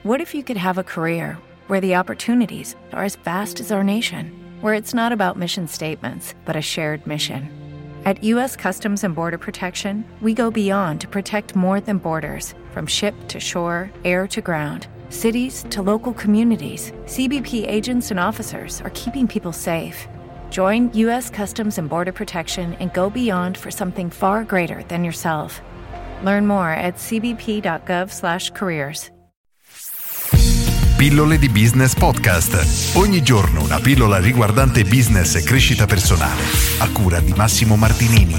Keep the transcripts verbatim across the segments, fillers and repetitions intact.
What if you could have a career where the opportunities are as vast as our nation, where it's not about mission statements, but a shared mission? At U S Customs and Border Protection, we go beyond to protect more than borders. From ship to shore, air to ground, cities to local communities, C B P agents and officers are keeping people safe. Join U S Customs and Border Protection and go beyond for something far greater than yourself. Learn more at c b p dot gov slash careers. Pillole di Business Podcast. Ogni giorno una pillola riguardante business e crescita personale. A cura di Massimo Martinini.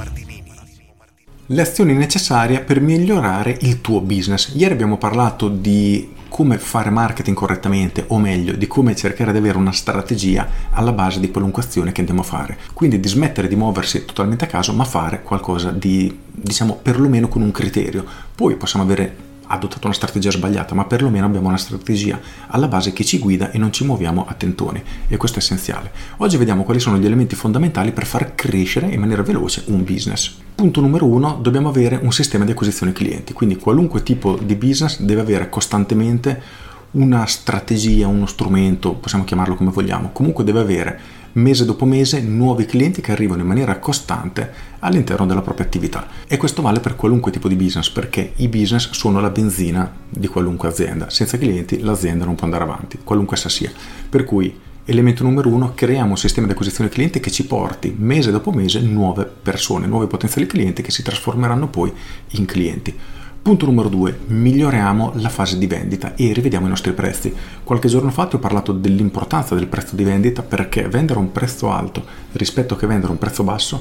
Le azioni necessarie per migliorare il tuo business. Ieri abbiamo parlato di come fare marketing correttamente, o meglio, di come cercare di avere una strategia alla base di qualunque azione che andiamo a fare. Quindi di smettere di muoversi totalmente a caso, ma fare qualcosa di, diciamo, perlomeno con un criterio. Poi possiamo avere adottato una strategia sbagliata, ma perlomeno abbiamo una strategia alla base che ci guida e non ci muoviamo a tentoni, e questo è essenziale. Oggi vediamo quali sono gli elementi fondamentali per far crescere in maniera veloce un business. Punto numero uno, dobbiamo avere un sistema di acquisizione clienti, quindi qualunque tipo di business deve avere costantemente una strategia, uno strumento, possiamo chiamarlo come vogliamo, comunque deve avere mese dopo mese nuovi clienti che arrivano in maniera costante all'interno della propria attività, e questo vale per qualunque tipo di business, perché i business sono la benzina di qualunque azienda. Senza clienti l'azienda non può andare avanti, qualunque essa sia. Per cui elemento numero uno, creiamo un sistema di acquisizione clienti che ci porti mese dopo mese nuove persone, nuovi potenziali clienti che si trasformeranno poi in clienti. Punto numero due, miglioriamo la fase di vendita e rivediamo i nostri prezzi. Qualche giorno fa ti ho parlato dell'importanza del prezzo di vendita, perché vendere a un prezzo alto rispetto che vendere a un prezzo basso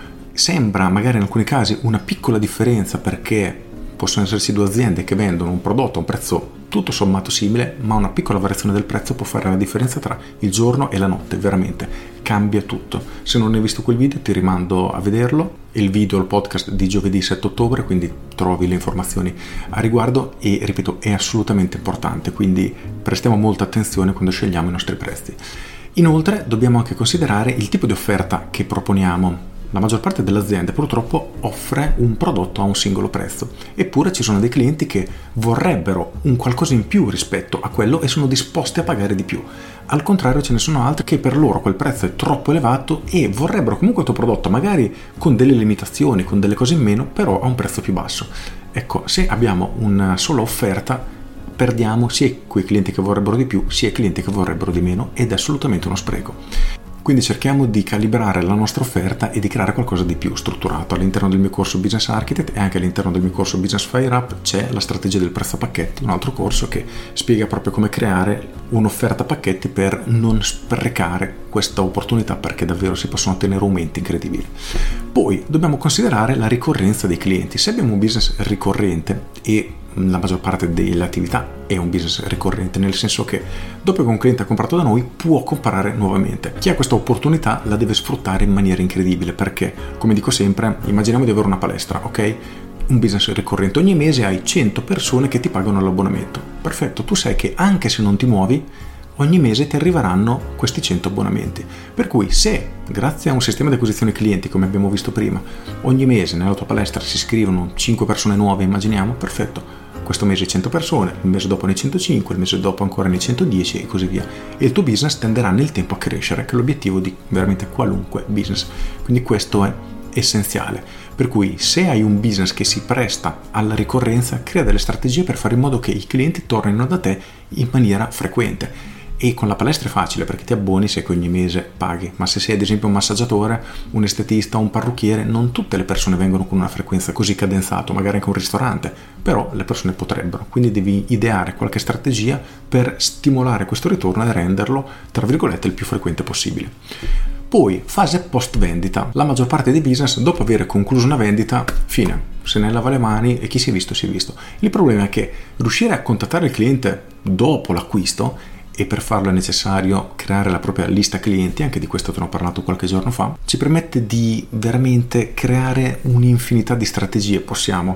sembra magari in alcuni casi una piccola differenza, perché possono esserci due aziende che vendono un prodotto a un prezzo tutto sommato simile, ma una piccola variazione del prezzo può fare la differenza tra il giorno e la notte, veramente cambia tutto. Se non hai visto quel video ti rimando a vederlo, il video, il podcast di giovedì sette ottobre, quindi trovi le informazioni a riguardo, e ripeto, è assolutamente importante, quindi prestiamo molta attenzione quando scegliamo i nostri prezzi. Inoltre dobbiamo anche considerare il tipo di offerta che proponiamo. La maggior parte delle aziende purtroppo offre un prodotto a un singolo prezzo, eppure ci sono dei clienti che vorrebbero un qualcosa in più rispetto a quello e sono disposti a pagare di più. Al contrario, ce ne sono altri che per loro quel prezzo è troppo elevato e vorrebbero comunque il tuo prodotto, magari con delle limitazioni, con delle cose in meno, però a un prezzo più basso. Ecco, se abbiamo una sola offerta, perdiamo sia quei clienti che vorrebbero di più, sia i clienti che vorrebbero di meno, ed è assolutamente uno spreco. Quindi cerchiamo di calibrare la nostra offerta e di creare qualcosa di più strutturato. All'interno del mio corso Business Architect e anche all'interno del mio corso Business Fire Up c'è la strategia del prezzo a pacchetti, un altro corso che spiega proprio come creare un'offerta a pacchetti per non sprecare questa opportunità, perché davvero si possono ottenere aumenti incredibili. Poi dobbiamo considerare la ricorrenza dei clienti. Se abbiamo un business ricorrente, e la maggior parte delle attività è un business ricorrente, nel senso che dopo che un cliente ha comprato da noi può comprare nuovamente. Chi ha questa opportunità la deve sfruttare in maniera incredibile, perché, come dico sempre, immaginiamo di avere una palestra, ok? Un business ricorrente, ogni mese hai cento persone che ti pagano l'abbonamento. Perfetto, tu sai che anche se non ti muovi, ogni mese ti arriveranno questi cento abbonamenti. Per cui se, grazie a un sistema di acquisizione clienti, come abbiamo visto prima, ogni mese nella tua palestra si iscrivono cinque persone nuove, immaginiamo, perfetto, questo mese cento persone, il mese dopo ne centocinque, il mese dopo ancora ne centodieci e così via. E il tuo business tenderà nel tempo a crescere, che è l'obiettivo di veramente qualunque business. Quindi questo è essenziale. Per cui se hai un business che si presta alla ricorrenza, crea delle strategie per fare in modo che i clienti tornino da te in maniera frequente. E con la palestra è facile, perché ti abboni se ogni mese paghi, ma se sei ad esempio un massaggiatore, un estetista o un parrucchiere, non tutte le persone vengono con una frequenza così cadenzata, magari anche un ristorante, però le persone potrebbero, quindi devi ideare qualche strategia per stimolare questo ritorno e renderlo, tra virgolette, il più frequente possibile. Poi, fase post vendita. La maggior parte dei business, dopo aver concluso una vendita, fine, se ne lava le mani e chi si è visto si è visto. Il problema è che riuscire a contattare il cliente dopo l'acquisto, e per farlo è necessario creare la propria lista clienti, anche di questo te ne ho parlato qualche giorno fa, ci permette di veramente creare un'infinità di strategie. Possiamo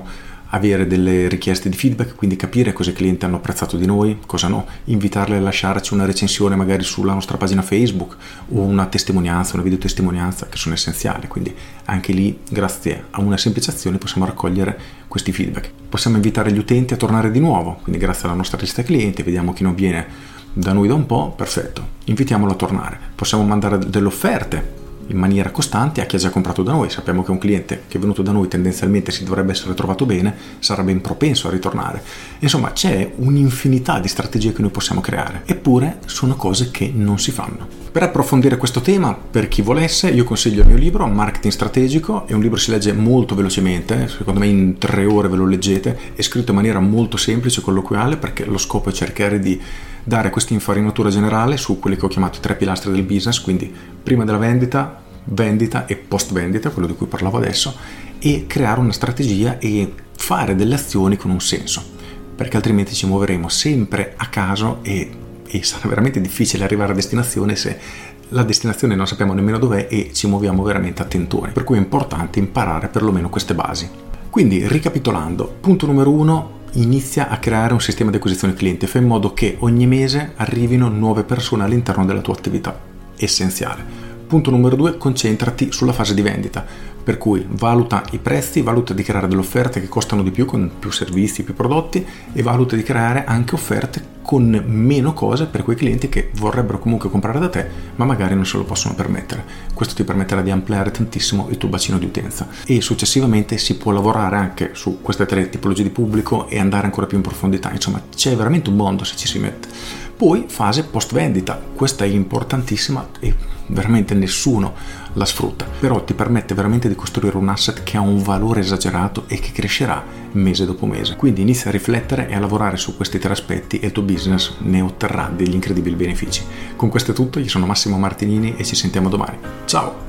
avere delle richieste di feedback, quindi capire cosa i clienti hanno apprezzato di noi, cosa no, invitarli a lasciarci una recensione magari sulla nostra pagina Facebook o una testimonianza, una videotestimonianza, che sono essenziali. Quindi anche lì, grazie a una semplice azione, possiamo raccogliere questi feedback. Possiamo invitare gli utenti a tornare di nuovo, quindi grazie alla nostra lista clienti vediamo chi non viene da noi da un po', perfetto, invitiamolo a tornare. Possiamo mandare delle offerte in maniera costante a chi ha già comprato da noi. Sappiamo che un cliente che è venuto da noi tendenzialmente si dovrebbe essere trovato bene, sarà ben propenso a ritornare. Insomma, c'è un'infinità di strategie che noi possiamo creare, eppure sono cose che non si fanno. Per approfondire questo tema, per chi volesse, io consiglio il mio libro Marketing Strategico. È un libro che si legge molto velocemente, secondo me in tre ore ve lo leggete, è scritto in maniera molto semplice e colloquiale, perché lo scopo è cercare di dare questa infarinatura generale su quelli che ho chiamato i tre pilastri del business, quindi prima della vendita, vendita e post vendita, quello di cui parlavo adesso, e creare una strategia e fare delle azioni con un senso, perché altrimenti ci muoveremo sempre a caso e, e sarà veramente difficile arrivare a destinazione se la destinazione non sappiamo nemmeno dov'è e ci muoviamo veramente a tentoni, per cui è importante imparare perlomeno queste basi. Quindi, ricapitolando, punto numero uno: inizia a creare un sistema di acquisizione cliente, fai in modo che ogni mese arrivino nuove persone all'interno della tua attività, essenziale. Punto numero due, concentrati sulla fase di vendita, per cui valuta i prezzi, valuta di creare delle offerte che costano di più con più servizi, più prodotti, e valuta di creare anche offerte con meno cose per quei clienti che vorrebbero comunque comprare da te ma magari non se lo possono permettere. Questo ti permetterà di ampliare tantissimo il tuo bacino di utenza, e successivamente si può lavorare anche su queste tre tipologie di pubblico e andare ancora più in profondità. Insomma, c'è veramente un mondo se ci si mette. Poi fase post vendita, questa è importantissima e veramente nessuno la sfrutta, però ti permette veramente di costruire un asset che ha un valore esagerato e che crescerà mese dopo mese. Quindi inizia a riflettere e a lavorare su questi tre aspetti e il tuo business ne otterrà degli incredibili benefici. Con questo è tutto, io sono Massimo Martinini e ci sentiamo domani. Ciao!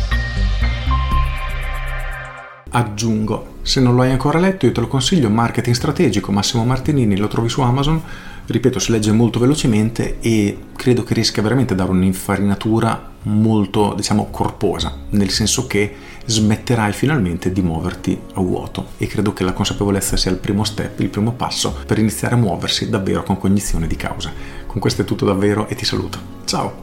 Aggiungo, se non lo hai ancora letto, io te lo consiglio, Marketing Strategico, Massimo Martinini, lo trovi su Amazon. Ripeto, si legge molto velocemente e credo che riesca veramente a dare un'infarinatura molto, diciamo, corposa, nel senso che smetterai finalmente di muoverti a vuoto, e credo che la consapevolezza sia il primo step, il primo passo per iniziare a muoversi davvero con cognizione di causa. Con questo è tutto davvero e ti saluto. Ciao!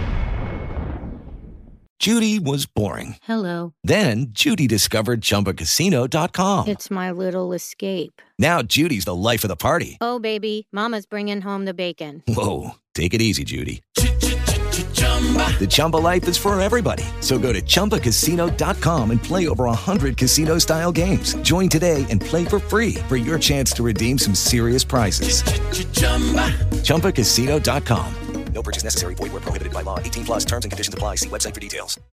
Judy was boring. Hello. Then Judy discovered Chumba Casino dot com. It's my little escape. Now Judy's the life of the party. Oh, baby, mama's bringing home the bacon. Whoa, take it easy, Judy. The Chumba life is for everybody. So go to Chumba Casino dot com and play over one hundred casino-style games. Join today and play for free for your chance to redeem some serious prizes. Chumba Casino dot com. No purchase necessary. Void where prohibited by law. eighteen plus terms and conditions apply. See website for details.